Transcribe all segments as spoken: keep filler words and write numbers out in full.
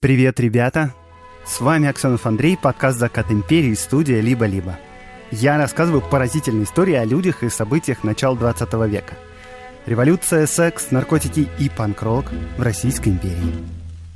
Привет, ребята! С вами Аксенов Андрей, подкаст «Закат империи», студия «Либо-либо». Я рассказываю поразительные истории о людях и событиях начала двадцатого века. Революция, секс, наркотики и панк-рок в Российской империи.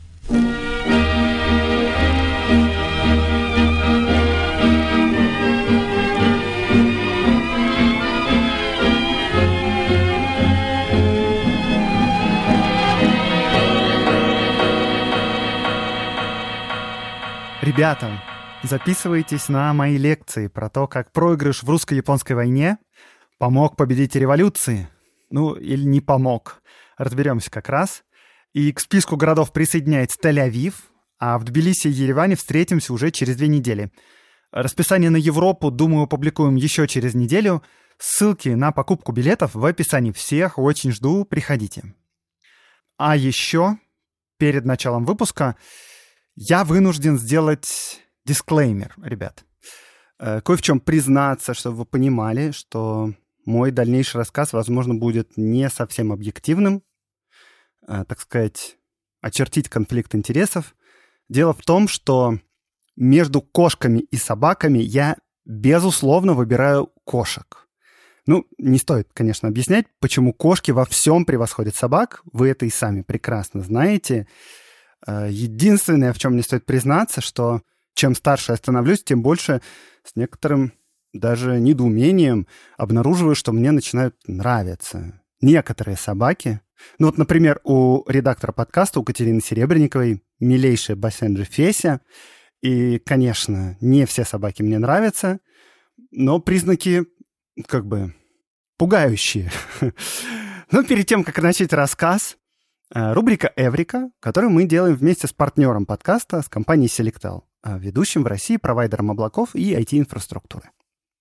Ребята, записывайтесь на мои лекции про то, как проигрыш в русско-японской войне помог победить революции. Ну, или не помог. Разберемся как раз. И к списку городов присоединяется Тель-Авив, а в Тбилиси и Ереване встретимся уже через две недели. Расписание на Европу, думаю, публикуем еще через неделю. Ссылки на покупку билетов в описании. Всех очень жду, приходите. А еще, перед началом выпуска, я вынужден сделать дисклеймер, ребят. Кое в чем признаться, чтобы вы понимали, что мой дальнейший рассказ, возможно, будет не совсем объективным, так сказать, очертить конфликт интересов. Дело в том, что между кошками и собаками я, безусловно, выбираю кошек. Ну, не стоит, конечно, объяснять, почему кошки во всем превосходят собак. Вы это и сами прекрасно знаете. Единственное, в чем мне стоит признаться, что чем старше я становлюсь, тем больше с некоторым даже недоумением обнаруживаю, что мне начинают нравиться некоторые собаки. Ну вот, например, у редактора подкаста, у Катерины Серебренниковой, милейшая Бассенджи Феся. И, конечно, не все собаки мне нравятся, но признаки как бы пугающие. Но перед тем, как начать рассказ, рубрика «Эврика», которую мы делаем вместе с партнером подкаста, с компанией Selectel, ведущим в России провайдером облаков и ай ти-инфраструктуры.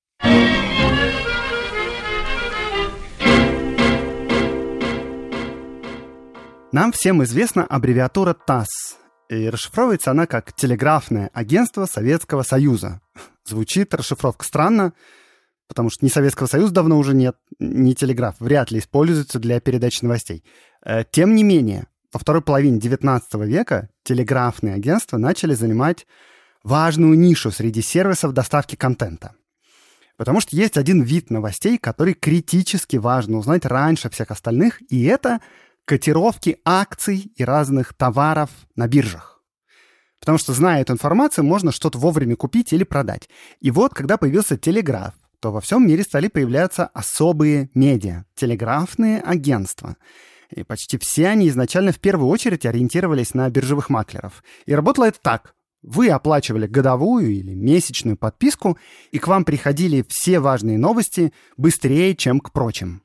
Нам всем известна аббревиатура ТАСС, и расшифровывается она как «Телеграфное агентство Советского Союза». Звучит расшифровка странно, потому что ни Советского Союза давно уже нет, ни телеграф вряд ли используется для передачи новостей. Тем не менее, во второй половине девятнадцатого века телеграфные агентства начали занимать важную нишу среди сервисов доставки контента. Потому что есть один вид новостей, который критически важно узнать раньше всех остальных, и это котировки акций и разных товаров на биржах. Потому что, зная эту информацию, можно что-то вовремя купить или продать. И вот, когда появился телеграф, то во всем мире стали появляться особые медиа, телеграфные агентства. И почти все они изначально в первую очередь ориентировались на биржевых маклеров. И работало это так. Вы оплачивали годовую или месячную подписку, и к вам приходили все важные новости быстрее, чем к прочим.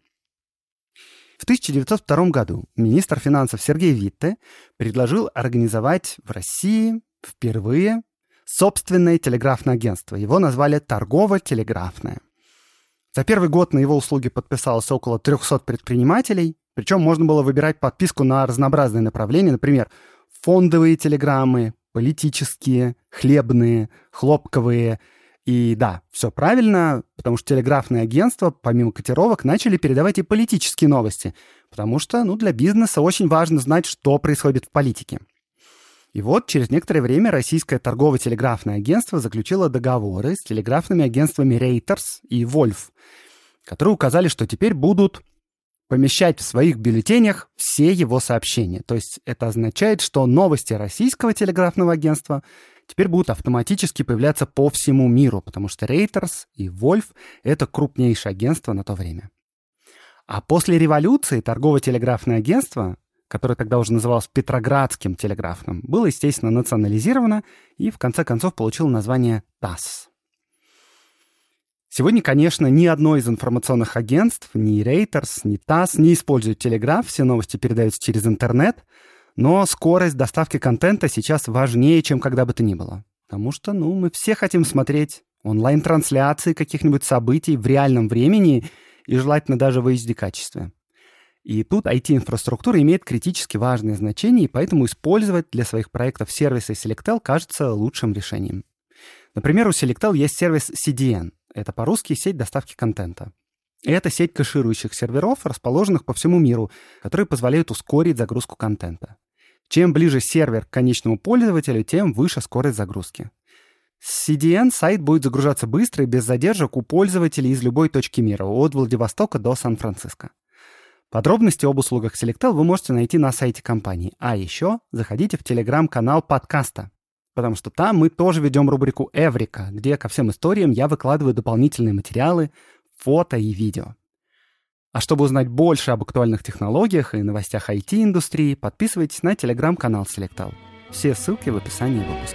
В тысяча девятьсот втором году министр финансов Сергей Витте предложил организовать в России впервые собственное телеграфное агентство. Его назвали «Торгово-телеграфное». За первый год на его услуги подписалось около триста предпринимателей, причем можно было выбирать подписку на разнообразные направления, например, фондовые телеграммы, политические, хлебные, хлопковые. И да, все правильно, потому что телеграфные агентства, помимо котировок, начали передавать и политические новости, потому что ну, для бизнеса очень важно знать, что происходит в политике. И вот через некоторое время российское торгово-телеграфное агентство заключило договоры с телеграфными агентствами Reuters и Wolf, которые указали, что теперь будут помещать в своих бюллетенях все его сообщения. То есть это означает, что новости российского телеграфного агентства теперь будут автоматически появляться по всему миру, потому что Reuters и Wolf — это крупнейшее агентство на то время. А после революции торгово-телеграфное агентство, которое тогда уже называлось Петроградским телеграфным, было, естественно, национализировано и, в конце концов, получило название ТАСС. Сегодня, конечно, ни одно из информационных агентств, ни Reuters, ни ТАСС не используют телеграф, все новости передаются через интернет, но скорость доставки контента сейчас важнее, чем когда бы то ни было. Потому что, ну, мы все хотим смотреть онлайн-трансляции каких-нибудь событий в реальном времени и желательно даже в эйч ди-качестве. И тут ай ти-инфраструктура имеет критически важное значение, и поэтому использовать для своих проектов сервисы Selectel кажется лучшим решением. Например, у Selectel есть сервис си ди эн. Это по-русски сеть доставки контента. И это сеть кэширующих серверов, расположенных по всему миру, которые позволяют ускорить загрузку контента. Чем ближе сервер к конечному пользователю, тем выше скорость загрузки. С си ди эн сайт будет загружаться быстро и без задержек у пользователей из любой точки мира, от Владивостока до Сан-Франциско. Подробности об услугах Selectel вы можете найти на сайте компании. А еще заходите в телеграм-канал подкаста, потому что там мы тоже ведем рубрику «Эврика», где ко всем историям я выкладываю дополнительные материалы, фото и видео. А чтобы узнать больше об актуальных технологиях и новостях ай ти-индустрии, подписывайтесь на телеграм-канал Selectel. Все ссылки в описании выпуска.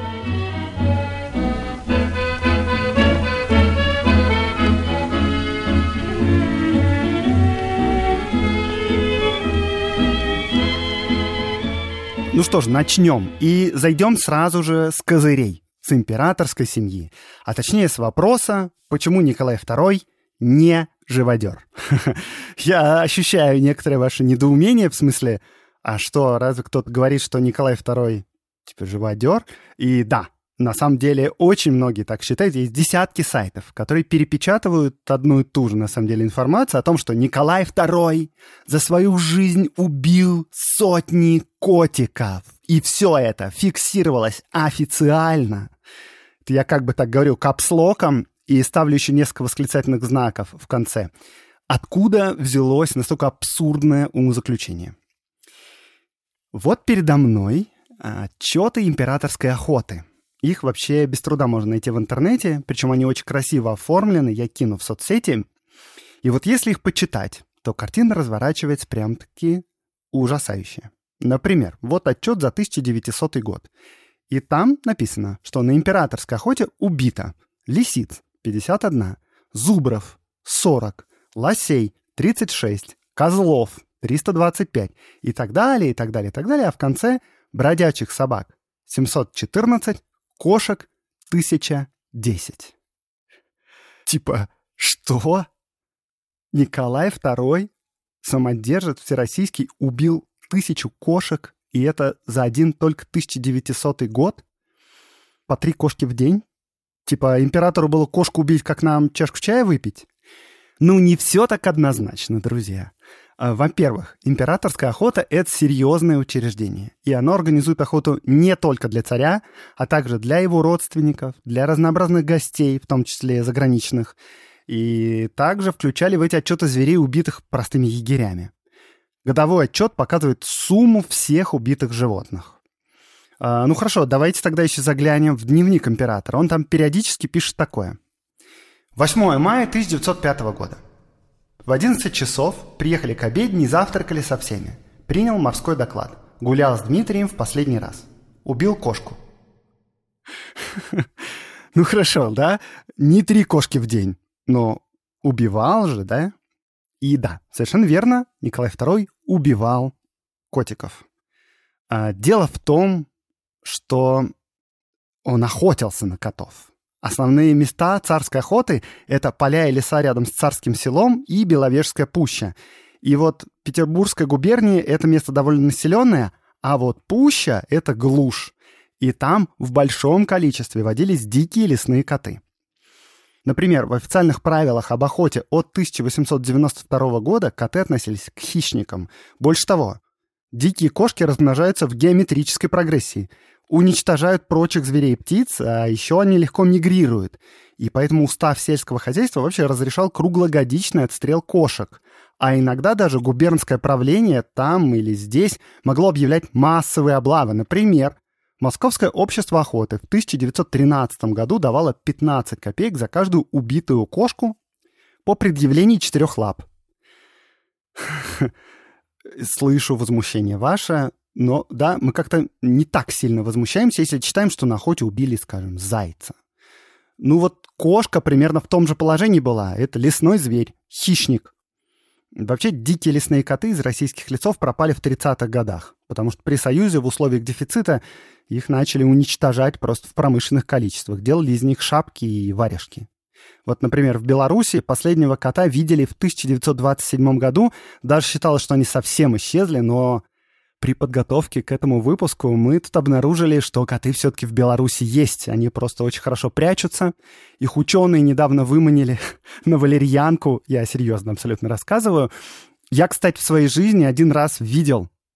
Ну что ж, начнем. И зайдем сразу же с козырей, с императорской семьи. А точнее с вопроса, почему Николай второй не живодер. Я ощущаю некоторое ваше недоумение, в смысле, а что, разве кто-то говорит, что Николай второй типа живодер? И да, на самом деле очень многие так считают. Есть десятки сайтов, которые перепечатывают одну и ту же, на самом деле, информацию о том, что Николай второй за свою жизнь убил сотни котиков. И все это фиксировалось официально. Это я как бы так говорю капслоком и ставлю еще несколько восклицательных знаков в конце. Откуда взялось настолько абсурдное умозаключение? Вот передо мной отчеты императорской охоты. Их вообще без труда можно найти в интернете, причем они очень красиво оформлены, я кину в соцсети. И вот если их почитать, то картина разворачивается прям-таки ужасающе. Например, вот отчет за тысяча девятисотый год. И там написано, что на императорской охоте убито лисиц пятьдесят один, зубров сорок, лосей тридцать шесть, козлов триста двадцать пять и так далее, и так далее, и так далее. А в конце бродячих собак семьсот четырнадцать, кошек тысяча десять. Типа, что? Николай второй, самодержец всероссийский, убил тысячу кошек, и это за один только тысяча девятисотый год? По три кошки в день? Типа, императору было кошку убить, как нам чашку чая выпить? Ну, не все так однозначно, друзья. Во-первых, императорская охота — это серьезное учреждение, и оно организует охоту не только для царя, а также для его родственников, для разнообразных гостей, в том числе заграничных, и также включали в эти отчеты зверей, убитых простыми егерями. Годовой отчет показывает сумму всех убитых животных. А, ну хорошо, давайте тогда еще заглянем в дневник императора. Он там периодически пишет такое. восьмое мая тысяча девятьсот пятого года. В одиннадцать часов приехали к обедне и завтракали со всеми. Принял морской доклад. Гулял с Дмитрием в последний раз. Убил кошку. Ну хорошо, да? Не три кошки в день. Но убивал же, да? И да, совершенно верно, Николай второй убивал котиков. А дело в том, что он охотился на котов. Основные места царской охоты — это поля и леса рядом с Царским селом и Беловежская пуща. И вот Петербургская губерния — это место довольно населенное, а вот пуща — это глушь. И там в большом количестве водились дикие лесные коты. Например, в официальных правилах об охоте от тысяча восемьсот девяносто второго года коты относились к хищникам. Больше того, дикие кошки размножаются в геометрической прогрессии, уничтожают прочих зверей и птиц, а еще они легко мигрируют. И поэтому устав сельского хозяйства вообще разрешал круглогодичный отстрел кошек. А иногда даже губернское правление там или здесь могло объявлять массовые облавы. Например, Московское общество охоты в тысяча девятьсот тринадцатом году давало пятнадцать копеек за каждую убитую кошку по предъявлении четырех лап. Слышу возмущение ваше, но да, мы как-то не так сильно возмущаемся, если читаем, что на охоте убили, скажем, зайца. Ну вот кошка примерно в том же положении была. Это лесной зверь, хищник. Вообще дикие лесные коты из российских лесов пропали в тридцатых годах, потому что при Союзе в условиях дефицита их начали уничтожать просто в промышленных количествах, делали из них шапки и варежки. Вот, например, в Беларуси последнего кота видели в тысяча девятьсот двадцать седьмом году, даже считалось, что они совсем исчезли, но при подготовке к этому выпуску мы тут обнаружили, что коты все-таки в Беларуси есть. Они просто очень хорошо прячутся. Их ученые недавно выманили на валерьянку. Я серьезно абсолютно рассказываю. Я, кстати, в своей жизни один раз видел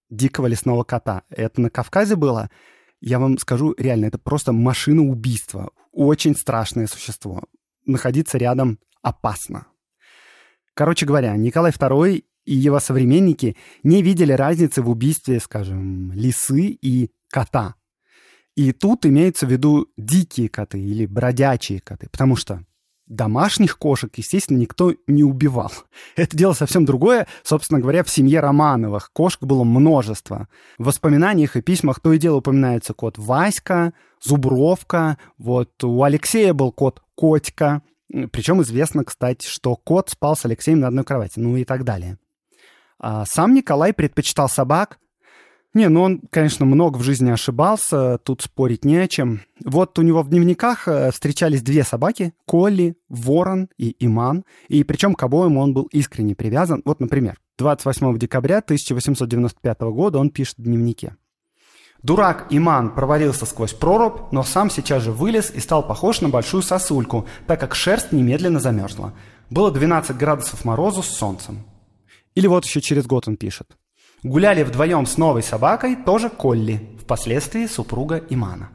дикого лесного кота. Это на Кавказе было. Я вам скажу, реально, это просто машина убийства. Очень страшное существо. Находиться рядом опасно. Короче говоря, Николай второй и его современники не видели разницы в убийстве, скажем, лисы и кота. И тут имеются в виду дикие коты или бродячие коты, потому что домашних кошек, естественно, никто не убивал. Это дело совсем другое. Собственно говоря, в семье Романовых кошек было множество. В воспоминаниях и письмах то и дело упоминается кот Васька, Зубровка. Вот у Алексея был кот Котька. Причем известно, кстати, что кот спал с Алексеем на одной кровати, ну и так далее. А сам Николай предпочитал собак. Не, ну он, конечно, много в жизни ошибался, тут спорить не о чем. Вот у него в дневниках встречались две собаки, Колли, Ворон и Иман, и причем к обоим он был искренне привязан. Вот, например, двадцать восьмого декабря тысяча восемьсот девяносто пятого года он пишет в дневнике. «Дурак Иман провалился сквозь прорубь, но сам сейчас же вылез и стал похож на большую сосульку, так как шерсть немедленно замерзла. Было двенадцать градусов морозу с солнцем». Или вот еще через год он пишет. «Гуляли вдвоем с новой собакой, тоже Колли, впоследствии супруга Имана».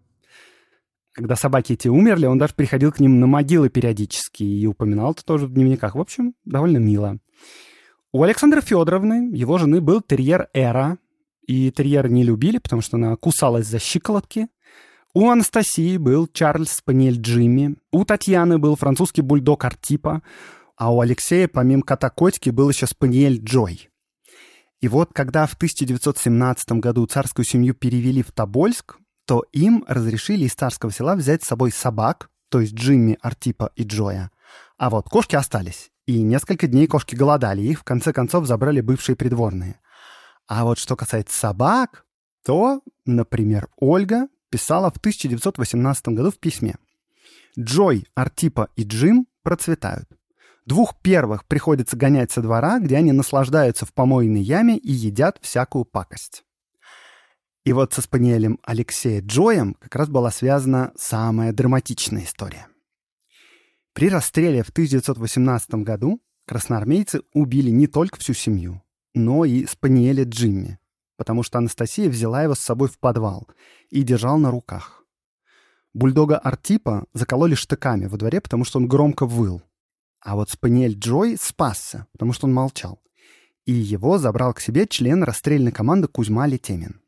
Когда собаки эти умерли, он даже приходил к ним на могилы периодически и упоминал это тоже в дневниках. В общем, довольно мило. У Александры Федоровны, его жены, был терьер Эра, и терьеры не любили, потому что она кусалась за щиколотки. У Анастасии был Чарльз-спаниель Джимми, у Татьяны был французский бульдог Артипа, а у Алексея, помимо кота Котики, был еще спаниель Джой. И вот, когда в тысяча девятьсот семнадцатом году царскую семью перевели в Тобольск, то им разрешили из царского села взять с собой собак, то есть Джимми, Артипа и Джоя. А вот кошки остались. И несколько дней кошки голодали, их в конце концов забрали бывшие придворные. А вот что касается собак, то, например, Ольга писала в тысяча девятьсот восемнадцатом году в письме. «Джой, Артипа и Джим процветают. Двух первых приходится гонять со двора, где они наслаждаются в помойной яме и едят всякую пакость». И вот со спаниелем Алексея Джоем как раз была связана самая драматичная история. При расстреле в тысяча девятьсот восемнадцатом году красноармейцы убили не только всю семью, но и спаниеля Джимми, потому что Анастасия взяла его с собой в подвал и держала на руках. Бульдога Артипа закололи штыками во дворе, потому что он громко выл. А вот спаниель Джой спасся, потому что он молчал. И его забрал к себе член расстрельной команды Кузьма Летемин.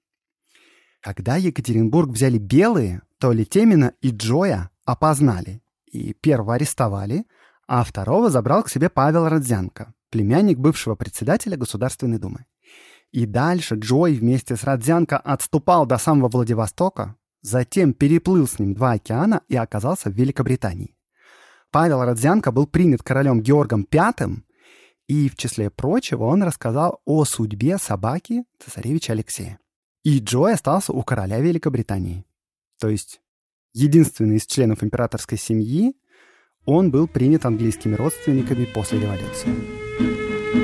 Когда Екатеринбург взяли белые, то Летемина и Джоя опознали. И первого арестовали, а второго забрал к себе Павел Родзянко, племянник бывшего председателя Государственной Думы. И дальше Джой вместе с Родзянко отступал до самого Владивостока, затем переплыл с ним два океана и оказался в Великобритании. Павел Родзянко был принят королем Георгом Пятым, и, в числе прочего, он рассказал о судьбе собаки цесаревича Алексея. И Джой остался у короля Великобритании. То есть, единственный из членов императорской семьи, он был принят английскими родственниками после революции.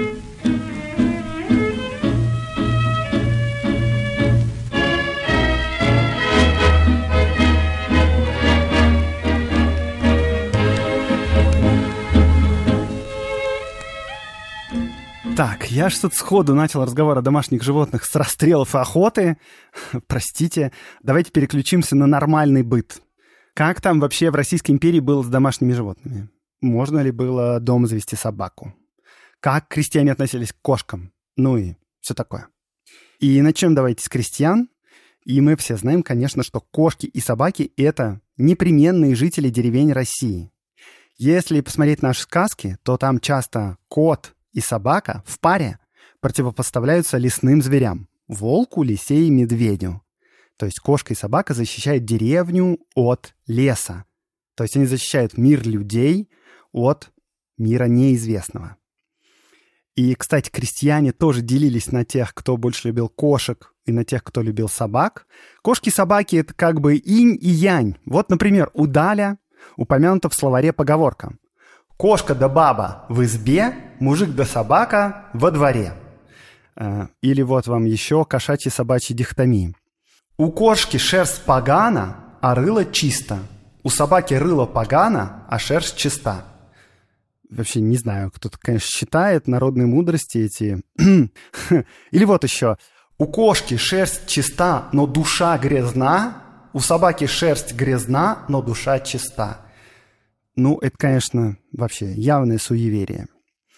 Так, я ж тут сходу начал разговор о домашних животных с расстрелов и охоты. Простите, давайте переключимся на нормальный быт. Как там вообще в Российской империи было с домашними животными? Можно ли было дома завести собаку? Как крестьяне относились к кошкам? Ну и все такое. И начнем давайте с крестьян. И мы все знаем, конечно, что кошки и собаки — это непременные жители деревень России. Если посмотреть наши сказки, то там часто кот и собака в паре противопоставляются лесным зверям — волку, лисе и медведю. То есть кошка и собака защищают деревню от леса. То есть они защищают мир людей от мира неизвестного. И, кстати, крестьяне тоже делились на тех, кто больше любил кошек, и на тех, кто любил собак. Кошки и собаки — это как бы инь и янь. Вот, например, у Даля упомянута в словаре поговорка: «Кошка да баба в избе, мужик да собака во дворе». Или вот вам еще кошачьи собачьи дихотомии. «У кошки шерсть погана, а рыло чисто. У собаки рыло погано, а шерсть чиста». Вообще не знаю, кто-то, конечно, считает народные мудрости эти. Или вот еще. У кошки шерсть чиста, но душа грязна. У собаки шерсть грязна, но душа чиста. Ну, это, конечно, вообще явное суеверие.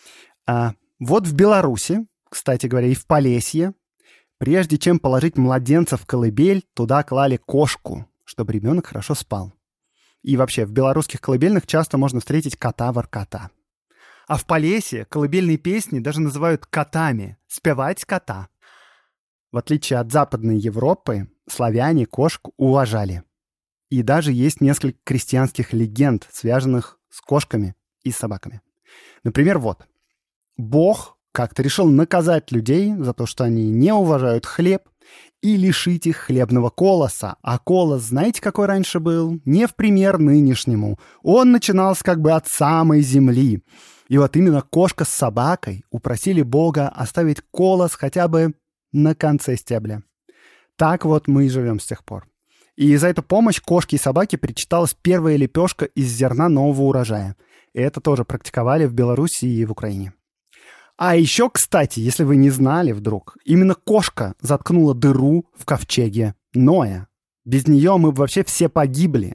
А вот в Беларуси, кстати говоря, и в Полесье, прежде чем положить младенца в колыбель, туда клали кошку, чтобы ребенок хорошо спал. И вообще, в белорусских колыбельных часто можно встретить кота-воркота. А в Полесье колыбельные песни даже называют котами. Спевать кота. В отличие от Западной Европы, славяне кошек уважали. И даже есть несколько крестьянских легенд, связанных с кошками и собаками. Например, вот. Бог как-то решил наказать людей за то, что они не уважают хлеб, и лишить их хлебного колоса. А колос, знаете, какой раньше был? Не в пример нынешнему. Он начинался как бы от самой земли. И вот именно кошка с собакой упросили Бога оставить колос хотя бы на конце стебля. Так вот мы и живем с тех пор. И за эту помощь кошке и собаке причиталась первая лепешка из зерна нового урожая. И это тоже практиковали в Беларуси и в Украине. А еще, кстати, если вы не знали вдруг, именно кошка заткнула дыру в ковчеге Ноя. Без нее мы бы вообще все погибли.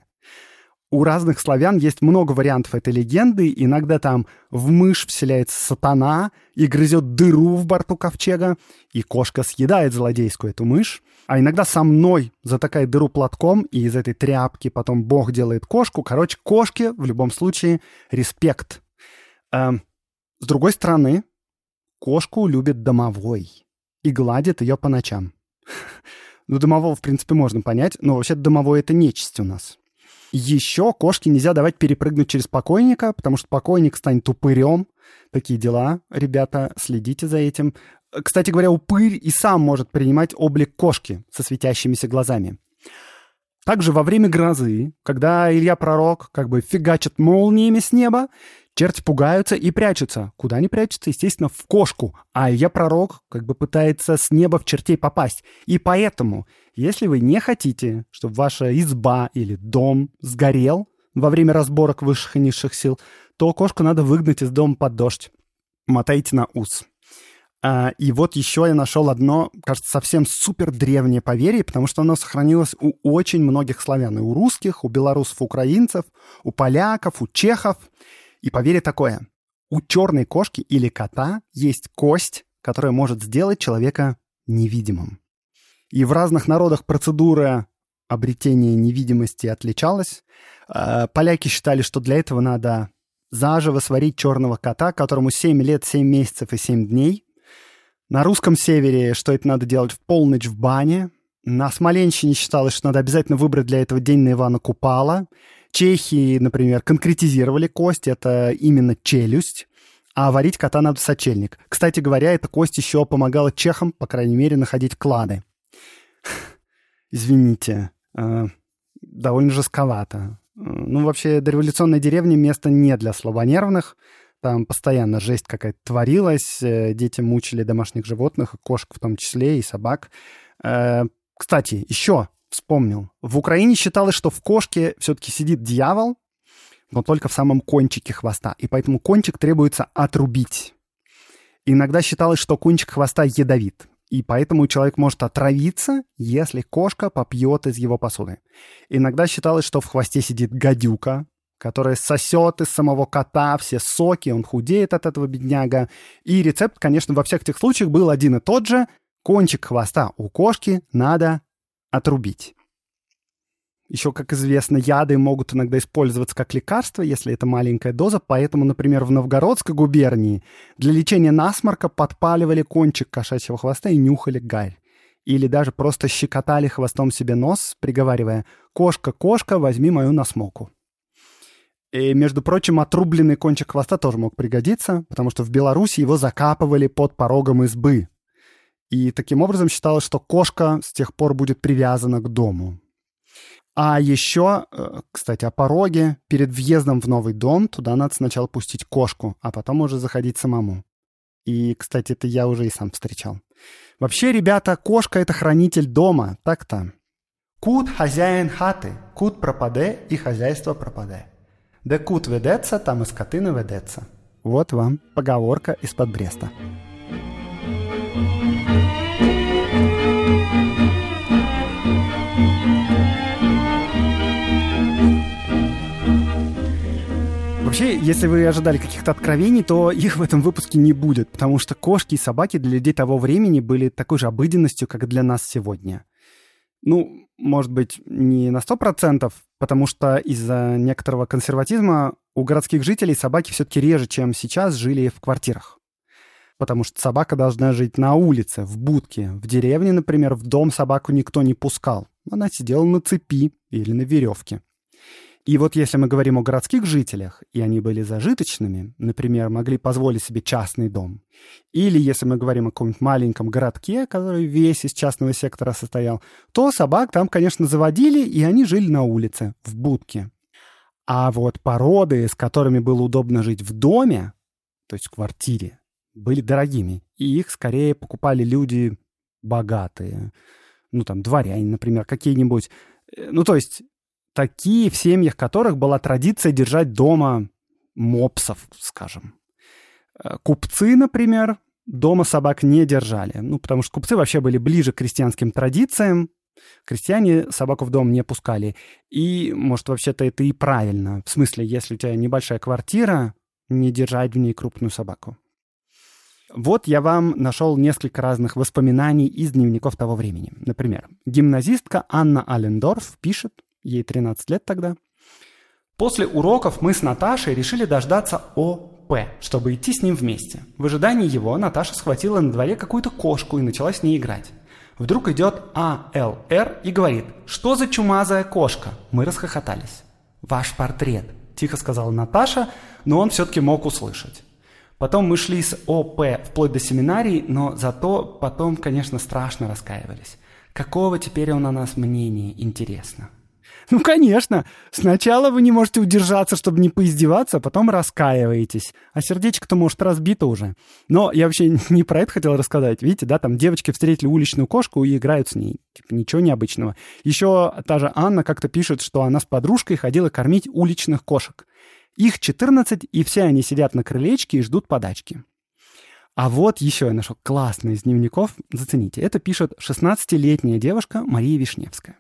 У разных славян есть много вариантов этой легенды. Иногда там в мышь вселяется сатана и грызет дыру в борту ковчега, и кошка съедает злодейскую эту мышь. А иногда со мной затыкает дыру платком, и из этой тряпки потом Бог делает кошку. Короче, кошке в любом случае респект. Эм, с другой стороны, кошку любит домовой и гладит ее по ночам. Ну, домового, в принципе, можно понять, но вообще домовой — это нечисть у нас. Еще кошке нельзя давать перепрыгнуть через покойника, потому что покойник станет упырем. Такие дела, ребята, следите за этим. Кстати говоря, упырь и сам может принимать облик кошки со светящимися глазами. Также во время грозы, когда Илья Пророк как бы фигачит молниями с неба, черти пугаются и прячутся. Куда они прячутся? Естественно, в кошку. А Илья Пророк как бы пытается с неба в чертей попасть. И поэтому, если вы не хотите, чтобы ваша изба или дом сгорел во время разборок высших и низших сил, то кошку надо выгнать из дома под дождь. Мотайте на ус. А, и вот еще я нашел одно, кажется, совсем супер древнее поверье, потому что оно сохранилось у очень многих славян. И у русских, у белорусов, украинцев, у поляков, у чехов. И поверье такое. У черной кошки или кота есть кость, которая может сделать человека невидимым. И в разных народах процедура обретения невидимости отличалась. Поляки считали, что для этого надо заживо сварить черного кота, которому семь лет, семь месяцев и семь дней. На русском севере, что это надо делать в полночь в бане. На Смоленщине считалось, что надо обязательно выбрать для этого день на Ивана Купала. Чехи, например, конкретизировали кость, это именно челюсть, а варить кота надо в сочельник. Кстати говоря, эта кость еще помогала чехам, по крайней мере, находить клады. Извините, э, довольно жестковато. Ну, вообще, дореволюционная деревня — место не для слабонервных. Там постоянно жесть какая-то творилась, дети мучили домашних животных, кошек в том числе, и собак. Э, кстати, еще... Вспомнил. В Украине считалось, что в кошке все-таки сидит дьявол, но только в самом кончике хвоста. И поэтому кончик требуется отрубить. Иногда считалось, что кончик хвоста ядовит. И поэтому человек может отравиться, если кошка попьет из его посуды. Иногда считалось, что в хвосте сидит гадюка, которая сосет из самого кота все соки, он худеет от этого бедняга. И рецепт, конечно, во всех этих случаях был один и тот же. Кончик хвоста у кошки надо отрубить. Еще, как известно, яды могут иногда использоваться как лекарство, если это маленькая доза. Поэтому, например, в Новгородской губернии для лечения насморка подпаливали кончик кошачьего хвоста и нюхали гарь. Или даже просто щекотали хвостом себе нос, приговаривая: «Кошка, кошка, возьми мою насмоку». И, между прочим, отрубленный кончик хвоста тоже мог пригодиться, потому что в Беларуси его закапывали под порогом избы. И таким образом считалось, что кошка с тех пор будет привязана к дому. А еще, кстати, о пороге. Перед въездом в новый дом туда надо сначала пустить кошку, а потом уже заходить самому. И, кстати, это я уже и сам встречал. Вообще, ребята, кошка — это хранитель дома. Так-то. Кут — хозяин хаты, кут пропаде и хозяйство пропаде. Де кут ведется, там и скотина ведется. Вот вам поговорка из-под Бреста. Thank you. Вообще, если вы ожидали каких-то откровений, то их в этом выпуске не будет, потому что кошки и собаки для людей того времени были такой же обыденностью, как и для нас сегодня. Ну, может быть, не на сто процентов, потому что из-за некоторого консерватизма у городских жителей собаки все-таки реже, чем сейчас, жили в квартирах. Потому что собака должна жить на улице, в будке. В деревне, например, в дом собаку никто не пускал. Она сидела на цепи или на веревке. И вот если мы говорим о городских жителях, и они были зажиточными, например, могли позволить себе частный дом, или если мы говорим о каком-нибудь маленьком городке, который весь из частного сектора состоял, то собак там, конечно, заводили, и они жили на улице, в будке. А вот породы, с которыми было удобно жить в доме, то есть в квартире, были дорогими, и их скорее покупали люди богатые. Ну, там, дворяне, например, какие-нибудь. Ну, то есть такие, в семьях которых была традиция держать дома мопсов, скажем. Купцы, например, дома собак не держали. Ну, потому что купцы вообще были ближе к крестьянским традициям. Крестьяне собаку в дом не пускали. И, может, вообще-то это и правильно. В смысле, если у тебя небольшая квартира, не держать в ней крупную собаку. Вот я вам нашел несколько разных воспоминаний из дневников того времени. Например, гимназистка Анна Аллендорф пишет, ей тринадцать лет тогда. «После уроков мы с Наташей решили дождаться О П, чтобы идти с ним вместе. В ожидании его Наташа схватила на дворе какую-то кошку и начала с ней играть. Вдруг идет А Л Р и говорит: «Что за чумазая кошка?» Мы расхохотались. «Ваш портрет», — тихо сказала Наташа, но он все-таки мог услышать. Потом мы шли с О П вплоть до семинарии, но зато потом, конечно, страшно раскаивались. Какого теперь он о нас мнения, интересно? Ну, конечно. Сначала вы не можете удержаться, чтобы не поиздеваться, а потом раскаиваетесь. А сердечко-то, может, разбито уже. Но я вообще не про это хотел рассказать. Видите, да, там девочки встретили уличную кошку и играют с ней. Типа, ничего необычного. Еще та же Анна как-то пишет, что она с подружкой ходила кормить уличных кошек. Их четырнадцать, и все они сидят на крылечке и ждут подачки. А вот еще я нашел классный из дневников. Зацените. Это пишет шестнадцатилетняя девушка Мария Вишневская.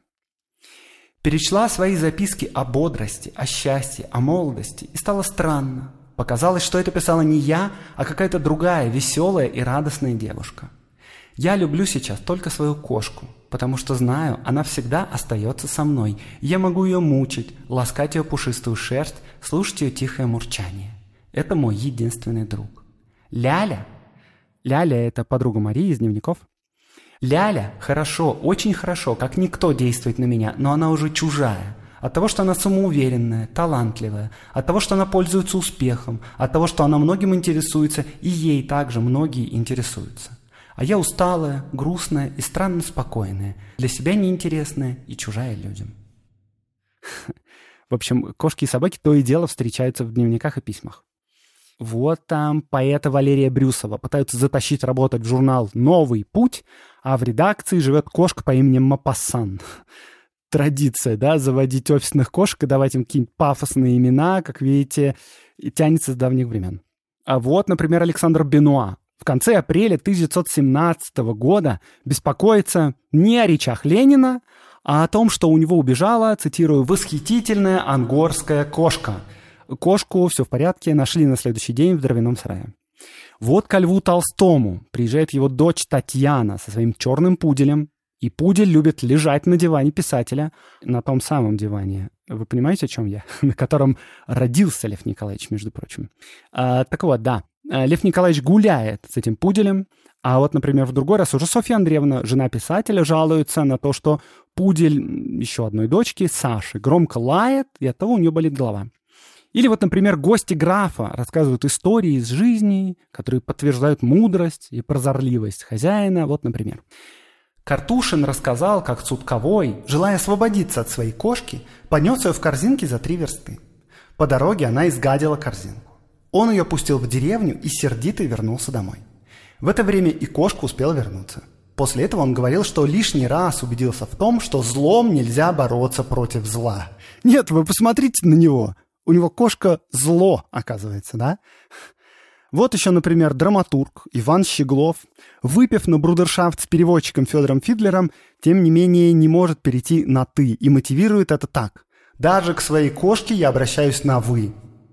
Перечла свои записки о бодрости, о счастье, о молодости, и стало странно. Показалось, что это писала не я, а какая-то другая, веселая и радостная девушка. Я люблю сейчас только свою кошку, потому что знаю, она всегда остается со мной. Я могу ее мучить, ласкать ее пушистую шерсть, слушать ее тихое мурчание. Это мой единственный друг. Ляля. Ляля — это подруга Марии из дневников. Ляля хорошо, очень хорошо, как никто действует на меня, но она уже чужая. От того, что она самоуверенная, талантливая, от того, что она пользуется успехом, от того, что она многим интересуется, и ей также многие интересуются. А я усталая, грустная и странно спокойная, для себя неинтересная и чужая людям. В общем, кошки и собаки то и дело встречаются в дневниках и письмах. Вот там поэта Валерия Брюсова пытаются затащить работать в журнал «Новый путь», а в редакции живет кошка по имени Мопассан. Традиция, да, заводить офисных кошек и давать им какие-нибудь пафосные имена, как видите, и тянется с давних времен. А вот, например, Александр Бенуа в конце апреля тысяча девятьсот семнадцатого года беспокоится не о речах Ленина, а о том, что у него убежала, цитирую, «восхитительная ангорская кошка». Кошку, все в порядке, нашли на следующий день в дровяном сарае. Вот ко Льву Толстому приезжает его дочь Татьяна со своим черным пуделем. И пудель любит лежать на диване писателя, на том самом диване. Вы понимаете, о чем я? На котором родился Лев Николаевич, между прочим. А, так вот, да, Лев Николаевич гуляет с этим пуделем. А вот, например, в другой раз уже Софья Андреевна, жена писателя, жалуется на то, что пудель еще одной дочки, Саши, громко лает, и оттого у нее болит голова. Или вот, например, гости графа рассказывают истории из жизни, которые подтверждают мудрость и прозорливость хозяина. Вот, например. Картушин рассказал, как Цутковой, желая освободиться от своей кошки, понес ее в корзинке за три версты. По дороге она изгадила корзинку. Он ее пустил в деревню и сердито вернулся домой. В это время и кошка успела вернуться. После этого он говорил, что лишний раз убедился в том, что злом нельзя бороться против зла. Нет, вы посмотрите на него. У него кошка зло, оказывается, да? Вот еще, например, драматург Иван Щеглов, выпив на брудершафт с переводчиком Федором Фидлером, тем не менее не может перейти на «ты» и мотивирует это так. «Даже к своей кошке я обращаюсь на «вы».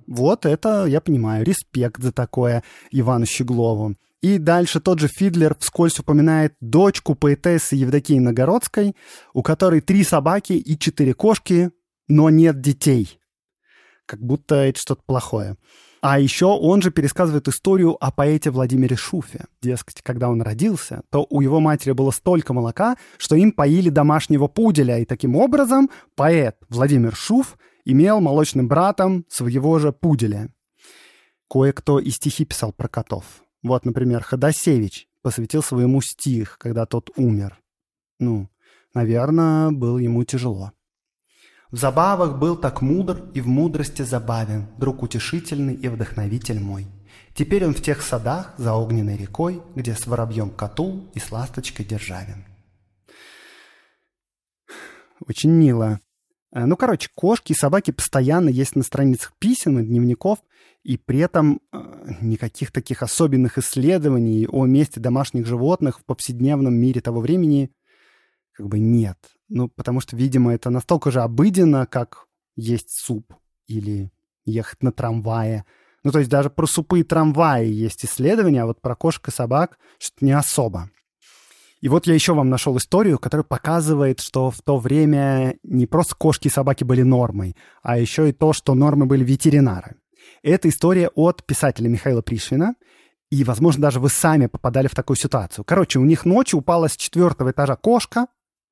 Вот это, я понимаю, респект за такое Ивану Щеглову. И дальше тот же Фидлер вскользь упоминает дочку поэтессы Евдокии Новгородской, у которой три собаки и четыре кошки, но нет детей. Как будто это что-то плохое. А еще он же пересказывает историю о поэте Владимире Шуфе. Дескать, когда он родился, то у его матери было столько молока, что им поили домашнего пуделя. И таким образом поэт Владимир Шуф имел молочным братом своего же пуделя. Кое-кто и стихи писал про котов. Вот, например, Ходосевич посвятил своему стих, когда тот умер. Ну, наверное, было ему тяжело. В забавах был так мудр и в мудрости забавен, друг утешительный и вдохновитель мой. Теперь он в тех садах за огненной рекой, где с воробьем Катул и с ласточкой Державин. Очень мило. Ну, короче, кошки и собаки постоянно есть на страницах писем и дневников, и при этом э, никаких таких особенных исследований о месте домашних животных в повседневном мире того времени как бы нет. Ну, потому что, видимо, это настолько же обыденно, как есть суп или ехать на трамвае. Ну, то есть даже про супы и трамваи есть исследования, а вот про кошек и собак что-то не особо. И вот я еще вам нашел историю, которая показывает, что в то время не просто кошки и собаки были нормой, а еще и то, что нормой были ветеринары. Это история от писателя Михаила Пришвина, и, возможно, даже вы сами попадали в такую ситуацию. Короче, у них ночью упала с четвертого этажа кошка,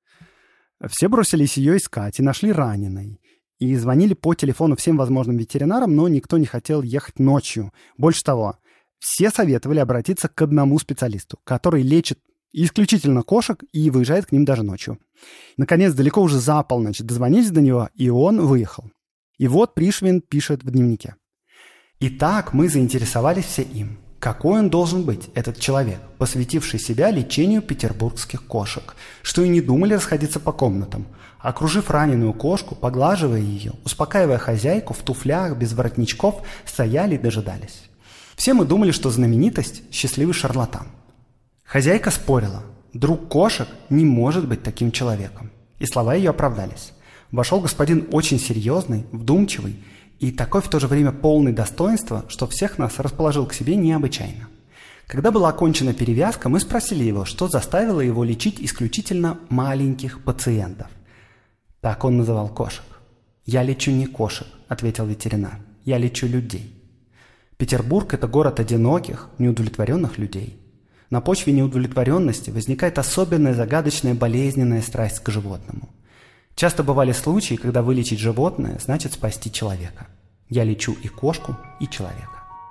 все бросились ее искать и нашли раненой. И звонили по телефону всем возможным ветеринарам, но никто не хотел ехать ночью. Больше того, все советовали обратиться к одному специалисту, который лечит исключительно кошек и выезжает к ним даже ночью. Наконец, далеко уже за полночь дозвонились до него, и он выехал. И вот Пришвин пишет в дневнике. «Итак, мы заинтересовались все им. Какой он должен быть, этот человек, посвятивший себя лечению петербургских кошек, что и не думали расходиться по комнатам, окружив раненую кошку, поглаживая ее, успокаивая хозяйку в туфлях без воротничков, стояли и дожидались. Все мы думали, что знаменитость – счастливый шарлатан. Хозяйка спорила, друг кошек не может быть таким человеком, и слова ее оправдались. Вошел господин очень серьезный, вдумчивый, и такой в то же время полный достоинства, что всех нас расположил к себе необычайно. Когда была окончена перевязка, мы спросили его, что заставило его лечить исключительно маленьких пациентов. Так он называл кошек. «Я лечу не кошек», — ответил ветеринар, — «я лечу людей». Петербург — это город одиноких, неудовлетворенных людей. На почве неудовлетворенности возникает особенная загадочная болезненная страсть к животному. Часто бывали случаи, когда вылечить животное значит спасти человека. Я лечу и кошку, и человека.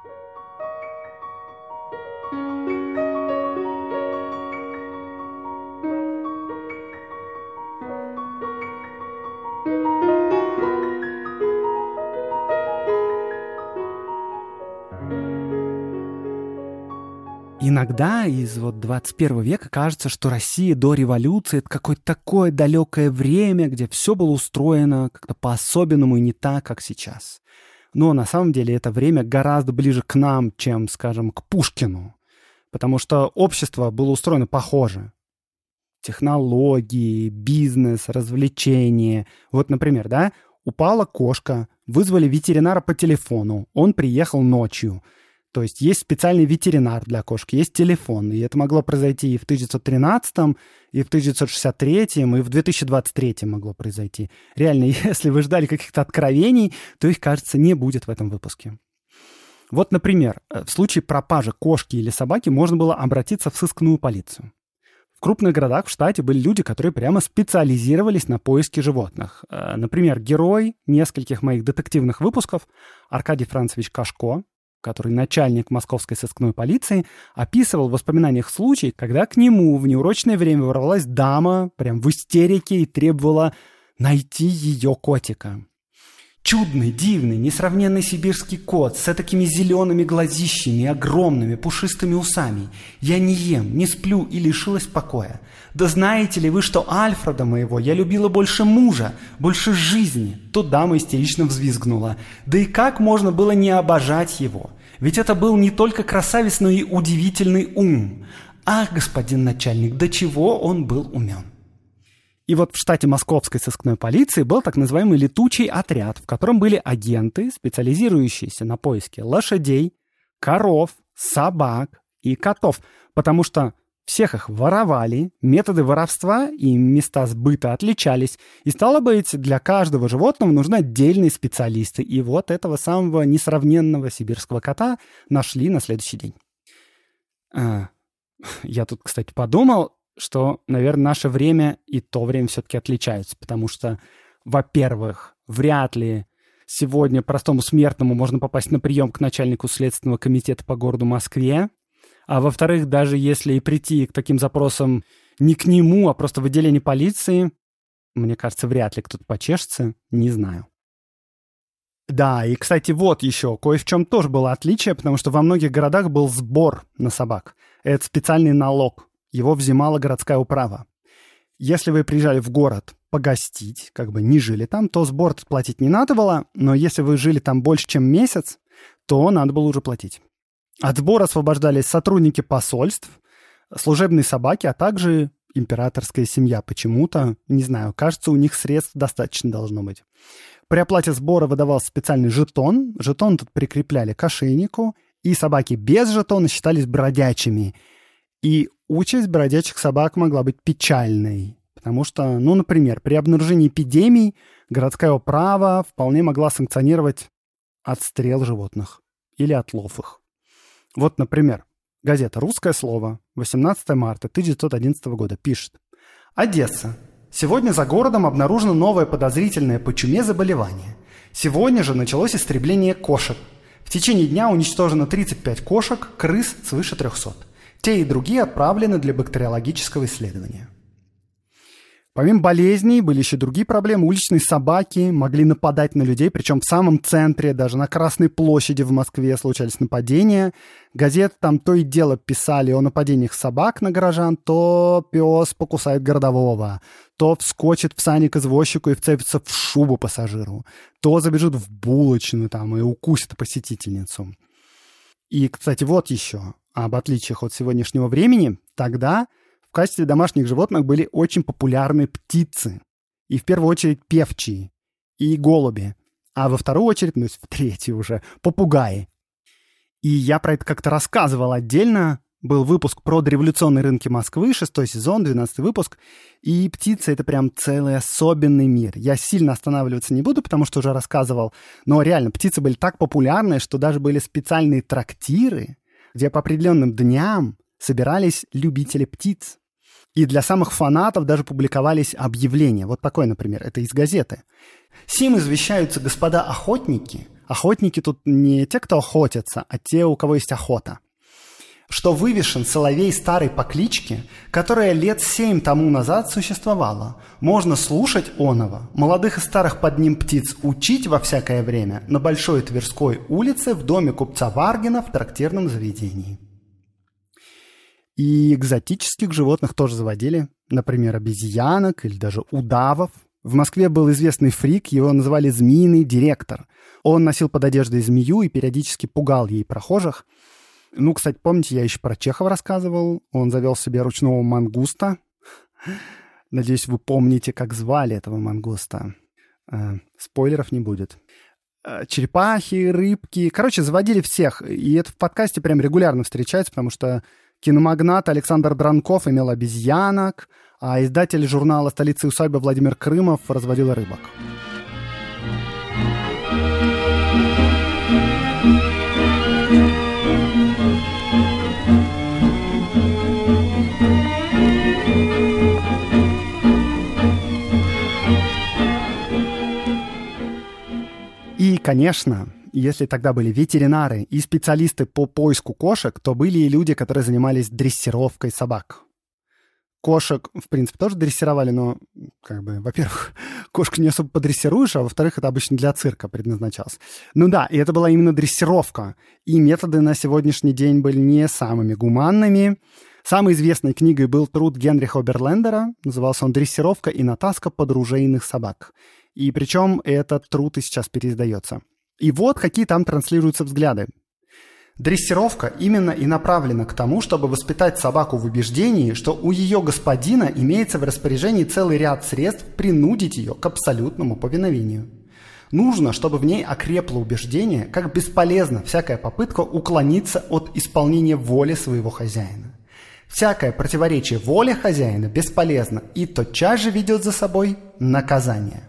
Иногда из вот двадцать первого века кажется, что Россия до революции — это какое-то такое далекое время, где все было устроено как-то по-особенному и не так, как сейчас. Но на самом деле это время гораздо ближе к нам, чем, скажем, к Пушкину. Потому что общество было устроено похоже. Технологии, бизнес, развлечения. Вот, например, да, упала кошка, вызвали ветеринара по телефону, он приехал ночью. То есть есть специальный ветеринар для кошки, есть телефон. И это могло произойти и в тысяча девятьсот тринадцатом, и в тысяча девятьсот шестьдесят третьем, и в две тысячи двадцать третьем могло произойти. Реально, если вы ждали каких-то откровений, то их, кажется, не будет в этом выпуске. Вот, например, в случае пропажи кошки или собаки можно было обратиться в сыскную полицию. В крупных городах в штате были люди, которые прямо специализировались на поиске животных. Например, герой нескольких моих детективных выпусков Аркадий Францевич Кашко, который начальник московской сыскной полиции, описывал в воспоминаниях случай, когда к нему в неурочное время ворвалась дама, прям в истерике, и требовала найти ее котика. Чудный, дивный, несравненный сибирский кот с такими зелеными глазищами и огромными пушистыми усами. Я не ем, не сплю и лишилась покоя. Да знаете ли вы, что Альфреда моего я любила больше мужа, больше жизни? Тут дама истерично взвизгнула. Да и как можно было не обожать его? Ведь это был не только красавец, но и удивительный ум. Ах, господин начальник, до чего он был умен. И вот в штате Московской сыскной полиции был так называемый летучий отряд, в котором были агенты, специализирующиеся на поиске лошадей, коров, собак и котов, потому что всех их воровали, методы воровства и места сбыта отличались, и, стало быть, для каждого животного нужны отдельные специалисты. И вот этого самого несравненного сибирского кота нашли на следующий день. А, я тут, кстати, подумал, что, наверное, наше время и то время все-таки отличаются, потому что, во-первых, вряд ли сегодня простому смертному можно попасть на прием к начальнику Следственного комитета по городу Москве, а во-вторых, даже если и прийти к таким запросам не к нему, а просто в отделение полиции, мне кажется, вряд ли кто-то почешется, не знаю. Да, и, кстати, вот еще кое в чем тоже было отличие, потому что во многих городах был сбор на собак. Это специальный налог. Его взимала городская управа. Если вы приезжали в город погостить, как бы не жили там, то сбор платить не надо было, но если вы жили там больше, чем месяц, то надо было уже платить. От сбора освобождались сотрудники посольств, служебные собаки, а также императорская семья почему-то. Не знаю, кажется, у них средств достаточно должно быть. При оплате сбора выдавался специальный жетон. Жетон тут прикрепляли к ошейнику, и собаки без жетона считались бродячими. И участь бродячих собак могла быть печальной, потому что, ну, например, при обнаружении эпидемий городская управа вполне могла санкционировать отстрел животных или отлов их. Вот, например, газета «Русское слово», восемнадцатого марта тысяча девятьсот одиннадцатого года, пишет: «Одесса. Сегодня за городом обнаружено новое подозрительное по чуме заболевание. Сегодня же началось истребление кошек. В течение дня уничтожено тридцать пять кошек, крыс свыше трехсот. Те и другие отправлены для бактериологического исследования». Помимо болезней, были еще другие проблемы. Уличные собаки могли нападать на людей, причем в самом центре, даже на Красной площади в Москве случались нападения. Газеты там то и дело писали о нападениях собак на горожан. То пес покусает городового, то вскочит в сани к извозчику и вцепится в шубу пассажиру, то забежит в булочную там и укусит посетительницу. И, кстати, вот еще об отличиях от сегодняшнего времени. Тогда в качестве домашних животных были очень популярны птицы. И в первую очередь певчие и голуби. А во вторую очередь, ну, в третью уже, попугаи. И я про это как-то рассказывал отдельно. Был выпуск про дореволюционные рынки Москвы, шестой сезон, двенадцатый выпуск. И птицы — это прям целый особенный мир. Я сильно останавливаться не буду, потому что уже рассказывал. Но реально, птицы были так популярны, что даже были специальные трактиры, где по определенным дням собирались любители птиц. И для самых фанатов даже публиковались объявления. Вот такое, например, это из газеты. «Сим извещаются господа охотники». Охотники тут не те, кто охотятся, а те, у кого есть охота. Что вывешен соловей старой по кличке, которая лет семь тому назад существовала. Можно слушать оного, молодых и старых под ним птиц учить во всякое время на Большой Тверской улице в доме купца Варгина в трактирном заведении. И экзотических животных тоже заводили, например, обезьянок или даже удавов. В Москве был известный фрик, его называли «Змеиный директор». Он носил под одеждой змею и периодически пугал ей прохожих. Ну, кстати, помните, я еще про Чехова рассказывал. Он завел себе ручного мангуста. Надеюсь, вы помните, как звали этого мангуста. Э, спойлеров не будет. Э, черепахи, рыбки. Короче, заводили всех. И это в подкасте прям регулярно встречается, потому что киномагнат Александр Дранков имел обезьянок, а издатель журнала «Столица и усадьба» Владимир Крымов разводил рыбок. И, конечно, если тогда были ветеринары и специалисты по поиску кошек, то были и люди, которые занимались дрессировкой собак. Кошек, в принципе, тоже дрессировали, но, как бы, во-первых, кошку не особо подрессируешь, а во-вторых, это обычно для цирка предназначалось. Ну да, и это была именно дрессировка. И методы на сегодняшний день были не самыми гуманными. Самой известной книгой был труд Генриха Оберлендера. Назывался он «Дрессировка и натаска подружейных собак». И причем этот труд и сейчас переиздается. И вот какие там транслируются взгляды. Дрессировка именно и направлена к тому, чтобы воспитать собаку в убеждении, что у ее господина имеется в распоряжении целый ряд средств принудить ее к абсолютному повиновению. Нужно, чтобы в ней окрепло убеждение, как бесполезна всякая попытка уклониться от исполнения воли своего хозяина. Всякое противоречие воле хозяина бесполезно и тотчас же ведет за собой наказание.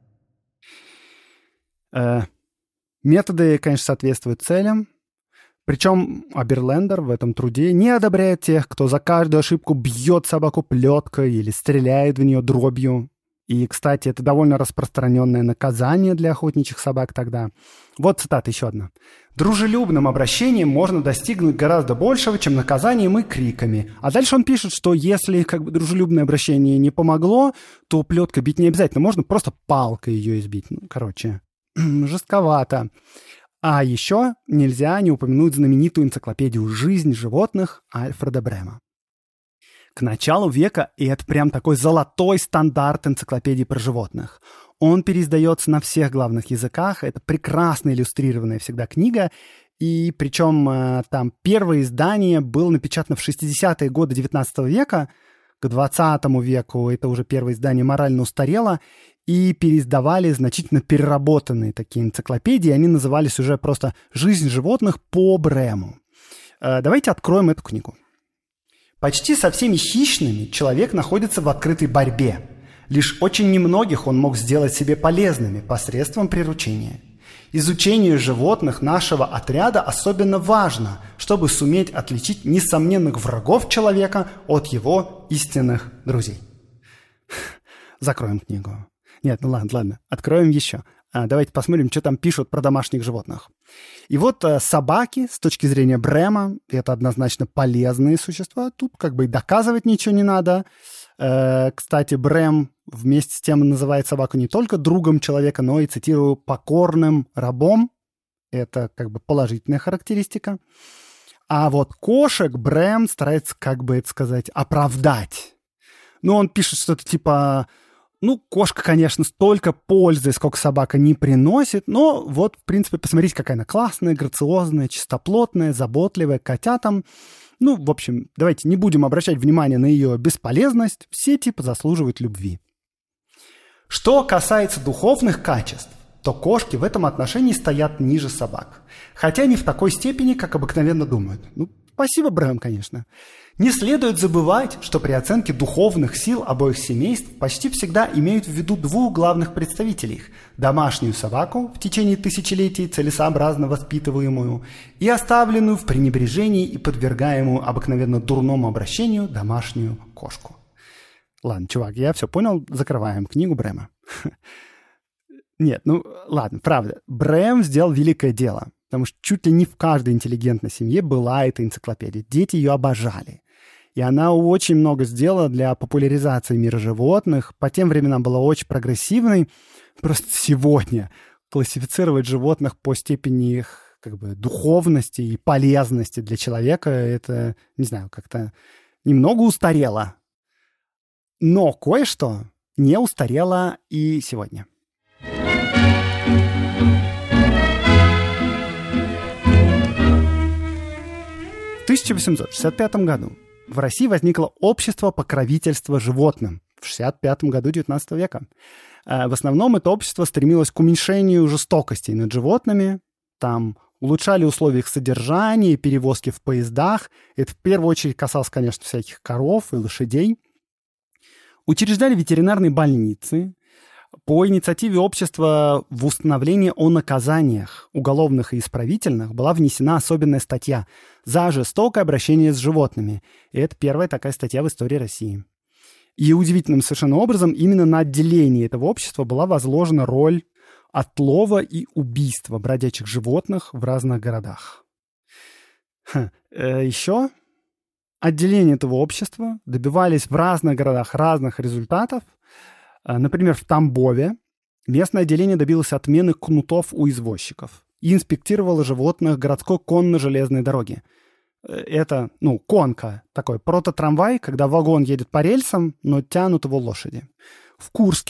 Э, методы, конечно, соответствуют целям. Причем Оберлендер в этом труде не одобряет тех, кто за каждую ошибку бьет собаку плеткой или стреляет в нее дробью. И, кстати, это довольно распространенное наказание для охотничьих собак тогда. Вот цитата еще одна. «Дружелюбным обращением можно достигнуть гораздо большего, чем наказанием и криками». А дальше он пишет, что если как бы дружелюбное обращение не помогло, то плеткой бить не обязательно. Можно просто палкой ее избить. Ну, короче, жестковато. А еще нельзя не упомянуть знаменитую энциклопедию «Жизнь животных» Альфреда Брема. К началу века это прям такой золотой стандарт энциклопедии про животных. Он переиздается на всех главных языках. Это прекрасно иллюстрированная всегда книга. И причем там первое издание было напечатано в шестидесятые годы девятнадцатого века. К двадцатому веку это уже первое издание морально устарело. И переиздавали значительно переработанные такие энциклопедии. Они назывались уже просто «Жизнь животных по Брему». Давайте откроем эту книгу. Почти со всеми хищными человек находится в открытой борьбе. Лишь очень немногих он мог сделать себе полезными посредством приручения. Изучение животных нашего отряда особенно важно, чтобы суметь отличить несомненных врагов человека от его истинных друзей. Закроем книгу. Нет, ну ладно, ладно, откроем еще. А, давайте посмотрим, что там пишут про домашних животных. И вот а, собаки, с точки зрения Брема, это однозначно полезные существа. Тут как бы и доказывать ничего не надо. Э, кстати, Брем вместе с тем называет собаку не только другом человека, но и, цитирую, покорным рабом. Это как бы положительная характеристика. А вот кошек Брем старается, как бы это сказать, оправдать. Ну, он пишет что-то типа... Ну, кошка, конечно, столько пользы, сколько собака не приносит, но вот, в принципе, посмотрите, какая она классная, грациозная, чистоплотная, заботливая, к котятам. Ну, в общем, давайте не будем обращать внимание на ее бесполезность, все типа заслуживают любви. Что касается духовных качеств, то кошки в этом отношении стоят ниже собак. Хотя не в такой степени, как обыкновенно думают. Ну, спасибо, Брэм, конечно. Не следует забывать, что при оценке духовных сил обоих семейств почти всегда имеют в виду двух главных представителей их – домашнюю собаку, в течение тысячелетий целесообразно воспитываемую, и оставленную в пренебрежении и подвергаемую обыкновенно дурному обращению домашнюю кошку. Ладно, чувак, я все понял, закрываем книгу Брэма. Нет, ну ладно, правда, Брэм сделал великое дело, потому что чуть ли не в каждой интеллигентной семье была эта энциклопедия. Дети ее обожали. И она очень много сделала для популяризации мира животных. По тем временам была очень прогрессивной. Просто сегодня классифицировать животных по степени их как бы духовности и полезности для человека, это, не знаю, как-то немного устарело. Но кое-что не устарело и сегодня. В тысяча восемьсот шестьдесят пятом году в России возникло общество покровительства животным в шестьдесят пятом году девятнадцатого века. В основном это общество стремилось к уменьшению жестокости над животными. Там улучшали условия их содержания и перевозки в поездах. Это в первую очередь касалось, конечно, всяких коров и лошадей. Учреждали ветеринарные больницы. По инициативе общества в установление о наказаниях уголовных и исправительных была внесена особенная статья за жестокое обращение с животными. И это первая такая статья в истории России. И удивительным совершенно образом именно на отделении этого общества была возложена роль отлова и убийства бродячих животных в разных городах. Ха. Э, еще отделение этого общества добивались в разных городах разных результатов. Например, в Тамбове местное отделение добилось отмены кнутов у извозчиков и инспектировало животных городской конно-железной дороги. Это, ну, конка, такой прототрамвай, когда вагон едет по рельсам, но тянут его лошади. В Курске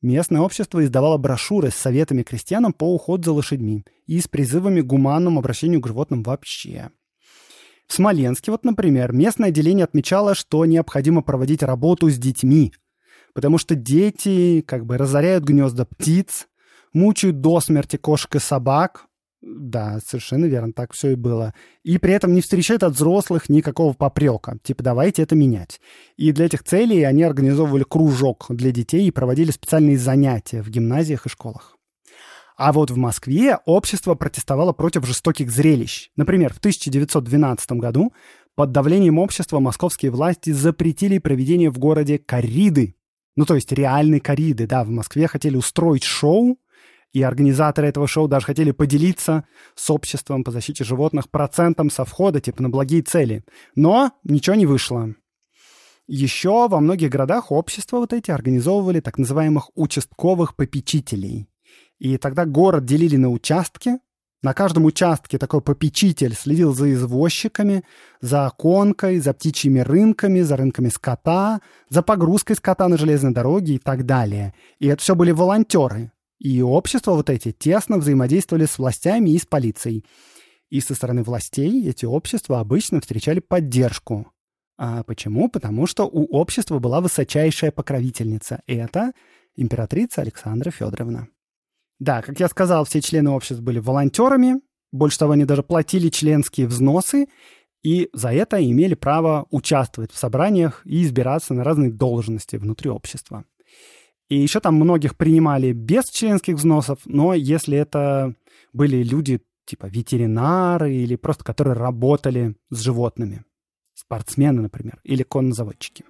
местное общество издавало брошюры с советами крестьянам по уходу за лошадьми и с призывами к гуманному обращению к животным вообще. В Смоленске, вот, например, местное отделение отмечало, что необходимо проводить работу с детьми, потому что дети как бы разоряют гнезда птиц, мучают до смерти кошек и собак. Да, совершенно верно, так все и было. И при этом не встречают от взрослых никакого попрека. Типа, давайте это менять. И для этих целей они организовывали кружок для детей и проводили специальные занятия в гимназиях и школах. А вот в Москве общество протестовало против жестоких зрелищ. Например, в тысяча девятьсот двенадцатом году под давлением общества московские власти запретили проведение в городе корриды. Ну, то есть реальной корриды, да, в Москве хотели устроить шоу, и организаторы этого шоу даже хотели поделиться с обществом по защите животных процентом со входа, типа на благие цели. Но ничего не вышло. Еще во многих городах общества вот эти организовывали так называемых участковых попечителей. И тогда город делили на участки. На каждом участке такой попечитель следил за извозчиками, за конкой, за птичьими рынками, за рынками скота, за погрузкой скота на железной дороге и так далее. И это все были волонтеры. И общества вот эти тесно взаимодействовали с властями и с полицией. И со стороны властей эти общества обычно встречали поддержку. А почему? Потому что у общества была высочайшая покровительница. Это императрица Александра Федоровна. Да, как я сказал, все члены общества были волонтерами. Больше того, они даже платили членские взносы. И за это имели право участвовать в собраниях и избираться на разные должности внутри общества. И еще там многих принимали без членских взносов, но если это были люди типа ветеринары или просто которые работали с животными, спортсмены, например, или коннозаводчики.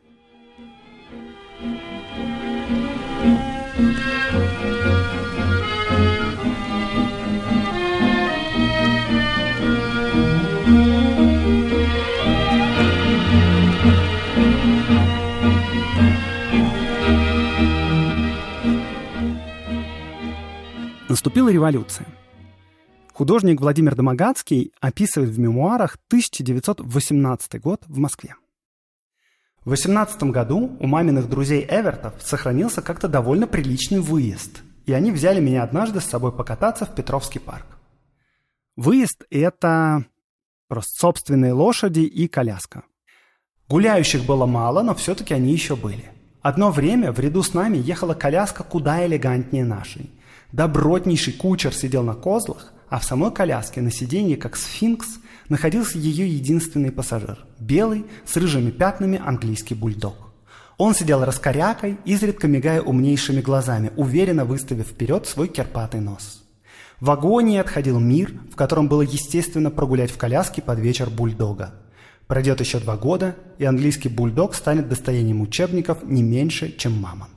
Наступила революция. Художник Владимир Домогацкий описывает в мемуарах тысяча девятьсот восемнадцатый год в Москве. В восемнадцатом году у маминых друзей Эвертов сохранился как-то довольно приличный выезд, и они взяли меня однажды с собой покататься в Петровский парк. Выезд – это просто собственные лошади и коляска. Гуляющих было мало, но все-таки они еще были. Одно время в ряду с нами ехала коляска куда элегантнее нашей. Добротнейший кучер сидел на козлах, а в самой коляске на сиденье, как сфинкс, находился ее единственный пассажир – белый, с рыжими пятнами английский бульдог. Он сидел раскорякой, изредка мигая умнейшими глазами, уверенно выставив вперед свой кирпатый нос. В агонии отходил мир, в котором было естественно прогулять в коляске под вечер бульдога. Пройдет еще два года, и английский бульдог станет достоянием учебников не меньше, чем мама.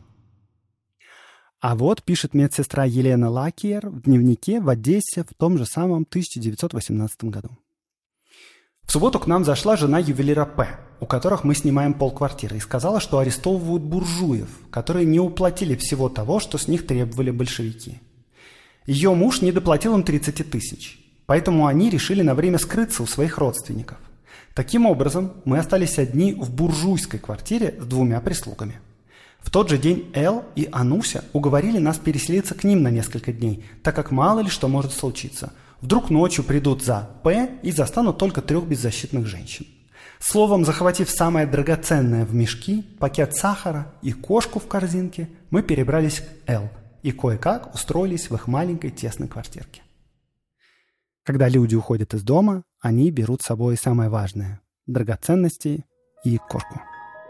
А вот пишет медсестра Елена Лакиер в дневнике в Одессе в том же самом тысяча девятьсот восемнадцатом году. В субботу к нам зашла жена ювелира П, у которых мы снимаем полквартиры, и сказала, что арестовывают буржуев, которые не уплатили всего того, что с них требовали большевики. Ее муж не доплатил им тридцать тысяч, поэтому они решили на время скрыться у своих родственников. Таким образом, мы остались одни в буржуйской квартире с двумя прислугами. В тот же день Эл и Ануся уговорили нас переселиться к ним на несколько дней, так как мало ли что может случиться. Вдруг ночью придут за П и застанут только трех беззащитных женщин. Словом, захватив самое драгоценное в мешки, пакет сахара и кошку в корзинке, мы перебрались к Эл и кое-как устроились в их маленькой тесной квартирке. Когда люди уходят из дома, они берут с собой самое важное – драгоценности и кошку.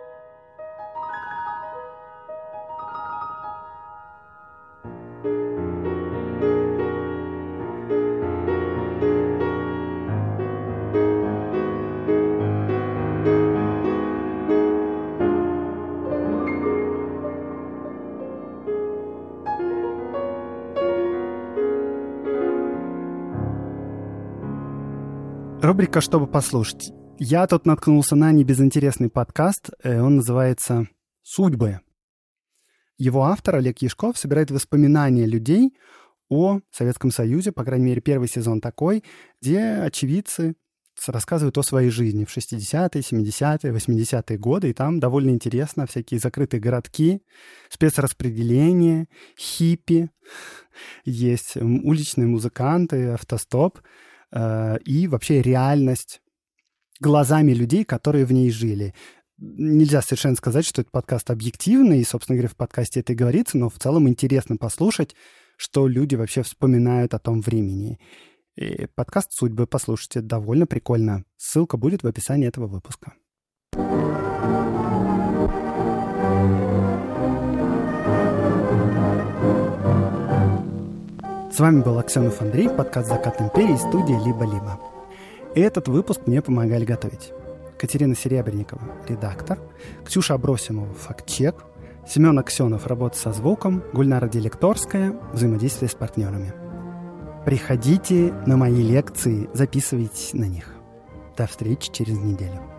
Рубрика «Чтобы послушать». Я тут наткнулся на небезынтересный подкаст. Он называется «Судьбы». Его автор Олег Яшков собирает воспоминания людей о Советском Союзе, по крайней мере, первый сезон такой, где очевидцы рассказывают о своей жизни в шестидесятые, семидесятые, восьмидесятые годы, и там довольно интересно всякие закрытые городки, спецраспределение, хиппи, есть уличные музыканты, автостоп э, и вообще реальность глазами людей, которые в ней жили. Нельзя совершенно сказать, что этот подкаст объективный, и, собственно говоря, в подкасте это и говорится, но в целом интересно послушать, что люди вообще вспоминают о том времени. И подкаст «Судьбы» послушайте, довольно прикольно. Ссылка будет в описании этого выпуска. С вами был Аксенов Андрей, подкаст «Закат империи», студия «Либо-либо». И этот выпуск мне помогали готовить Катерина Серебренникова, редактор, Ксюша Абросимова, фактчек, Семен Аксенов, работа со звуком, Гульнара Делекторская, взаимодействие с партнерами. Приходите на мои лекции, записывайтесь на них. До встречи через неделю.